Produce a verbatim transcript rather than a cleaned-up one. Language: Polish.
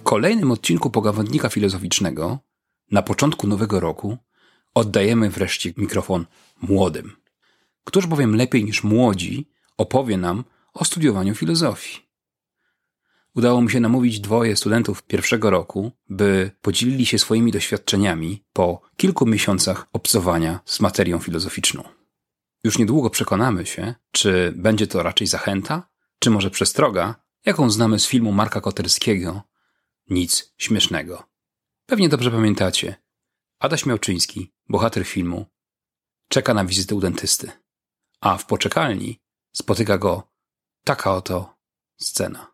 kolejnym odcinku Pogawędnika Filozoficznego na początku nowego roku oddajemy wreszcie mikrofon młodym. Któż bowiem lepiej niż młodzi opowie nam o studiowaniu filozofii? Udało mi się namówić dwoje studentów pierwszego roku, by podzielili się swoimi doświadczeniami po kilku miesiącach obcowania z materią filozoficzną. Już niedługo przekonamy się, czy będzie to raczej zachęta, czy może przestroga, jaką znamy z filmu Marka Koterskiego Nic śmiesznego. Pewnie dobrze pamiętacie. Adaś Miałczyński, bohater filmu, czeka na wizytę u dentysty, a w poczekalni spotyka go taka oto scena.